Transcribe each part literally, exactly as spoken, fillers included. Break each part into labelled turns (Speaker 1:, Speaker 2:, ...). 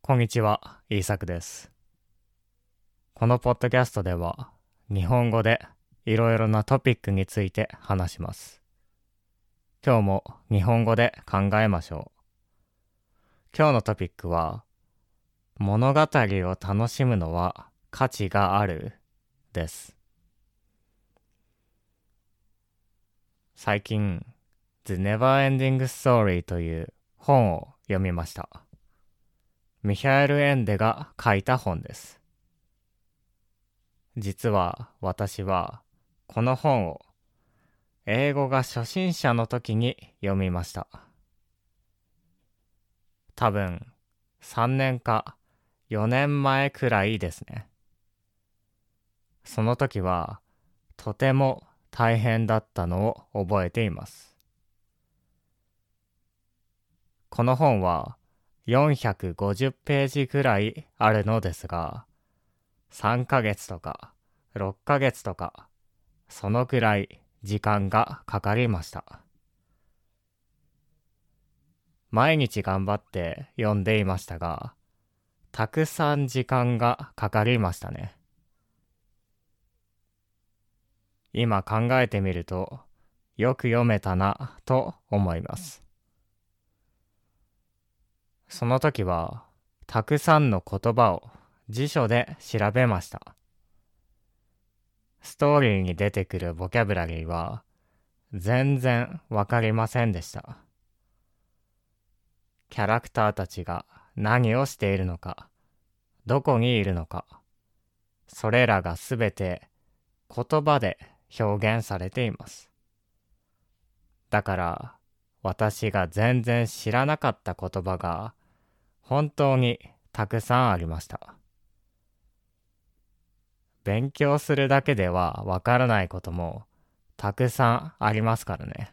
Speaker 1: こんにちは、イーサクです。このポッドキャストでは、日本語でいろいろなトピックについて話します。今日も日本語で考えましょう。今日のトピックは、物語を楽しむのは価値があるです。最近、The Never-Ending Story という本を読みました。ミヒャエル・エンデが書いた本です。実は私はこの本を英語が初心者の時に読みました。多分さんねんかよねんまえくらいですね。その時はとても大変だったのを覚えています。この本はよんひゃくごじゅうページくらいあるのですが、さんかげつとかろっかげつとかそのくらい時間がかかりました。毎日頑張って読んでいましたが、たくさん時間がかかりましたね。今考えてみると、よく読めたなと思います。その時は、たくさんの言葉を辞書で調べました。ストーリーに出てくるボキャブラリーは、全然わかりませんでした。キャラクターたちが何をしているのか、どこにいるのか、それらがすべて言葉で表現されています。だから私が全然知らなかった言葉が本当にたくさんありました。勉強するだけではわからないこともたくさんありますからね。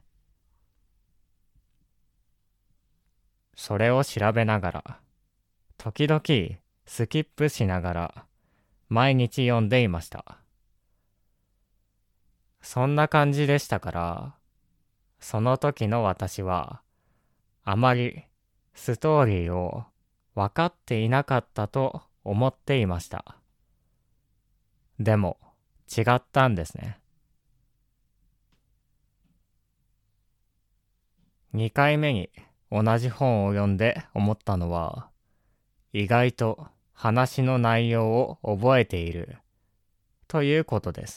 Speaker 1: それを調べながら、時々スキップしながら毎日読んでいました。そんな感じでしたから、その時の私はあまりストーリーを分かっていなかったと思っていました。でも違ったんですね。にかいめに同じ本を読んで思ったのは、意外と話の内容を覚えているということです。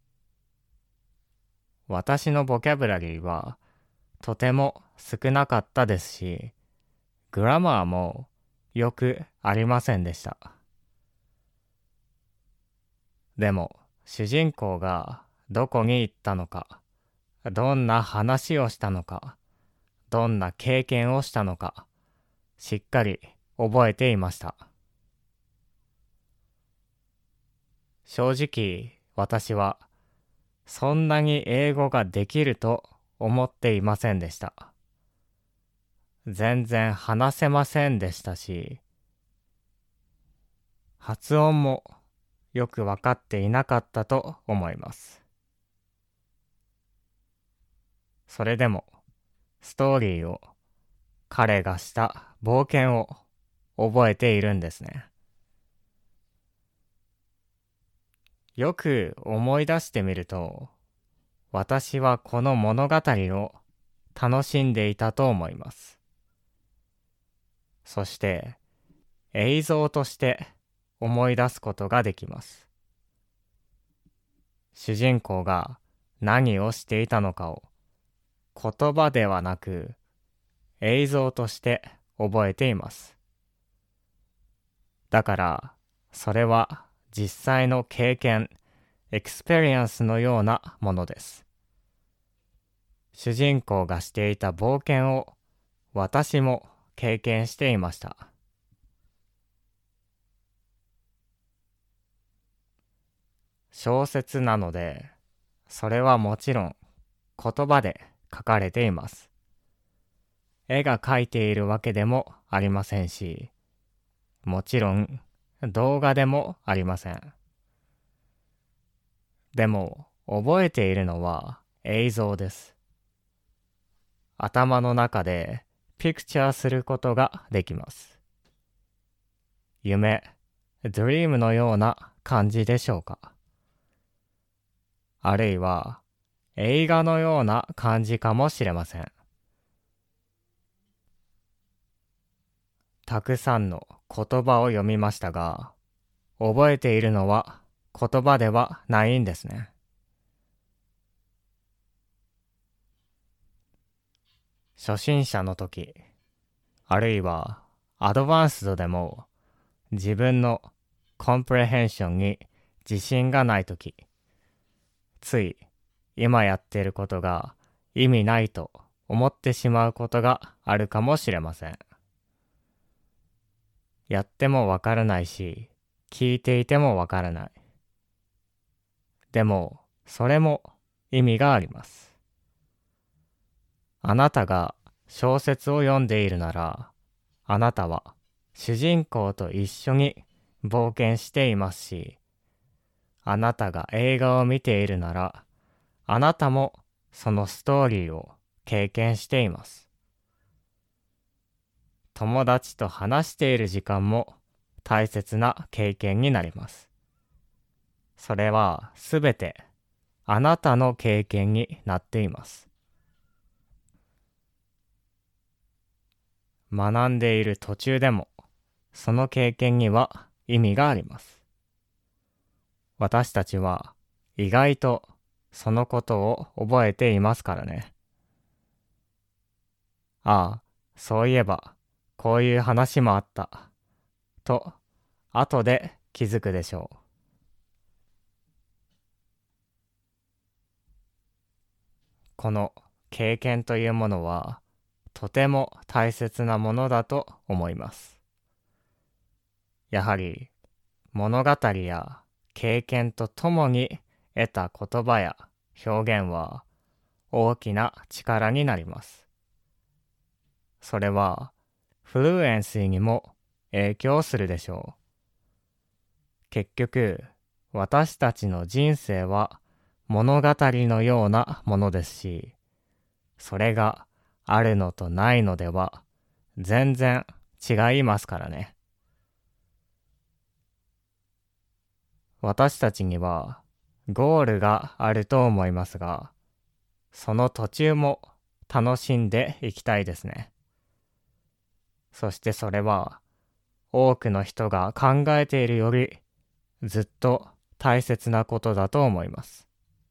Speaker 1: 私のボキャブラリーはとても少なかったですし、グラマーもよくありませんでした。でも主人公がどこに行ったのか、どんな話をしたのか、どんな経験をしたのか、しっかり覚えていました。正直私はそんなに英語ができると思っていませんでした。全然話せませんでしたし、発音もよくわかっていなかったと思います。それでもストーリーを、彼がした冒険を覚えているんですね。よく思い出してみると、私はこの物語を楽しんでいたと思います。そして映像として思い出すことができます。主人公が何をしていたのかを言葉ではなく映像として覚えています。だからそれは実際の経験、エクスペリエンスのようなものです。主人公がしていた冒険を私も経験していました。小説なので、それはもちろん言葉で書かれています。絵が描いているわけでもありませんし、もちろん動画でもありません。でも覚えているのは映像です。頭の中でピクチャーすることができます。 夢、ドリームのような感じでしょうか。あるいは映画のような感じかもしれません。たくさんの言葉を読みましたが、覚えているのは言葉ではないんですね。初心者の時、あるいはアドバンスドでも自分のコンプレヘンションに自信がない時、つい今やっていることが意味ないと思ってしまうことがあるかもしれません。やってもわからないし、聞いていてもわからない。でも、それも意味があります。あなたが小説を読んでいるなら、あなたは主人公と一緒に冒険していますし、あなたが映画を見ているなら、あなたもそのストーリーを経験しています。友達と話している時間も大切な経験になります。それはすべてあなたの経験になっています。学んでいる途中でもその経験には意味があります。私たちは意外とそのことを覚えていますからね。ああ、そういえばこういう話もあったと後で気づくでしょう。この経験というものはとても大切なものだと思います。やはり物語や経験とともに得た言葉や表現は大きな力になります。それはフルエンシーにも影響するでしょう。結局、私たちの人生は物語のようなものですし、それがあるのとないのでは全然違いますからね。私たちにはゴールがあると思いますが、その途中も楽しんでいきたいですね。そしてそれは多くの人が考えているよりずっと大切なことだと思います。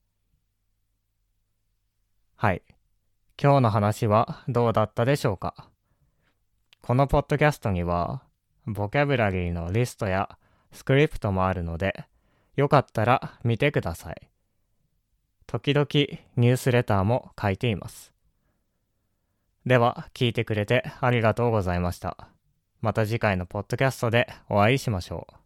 Speaker 1: はい。今日の話はどうだったでしょうか。このポッドキャストにはボキャブラリーのリストやスクリプトもあるので、よかったら見てください。時々ニュースレターも書いています。では聞いてくれてありがとうございました。また次回のポッドキャストでお会いしましょう。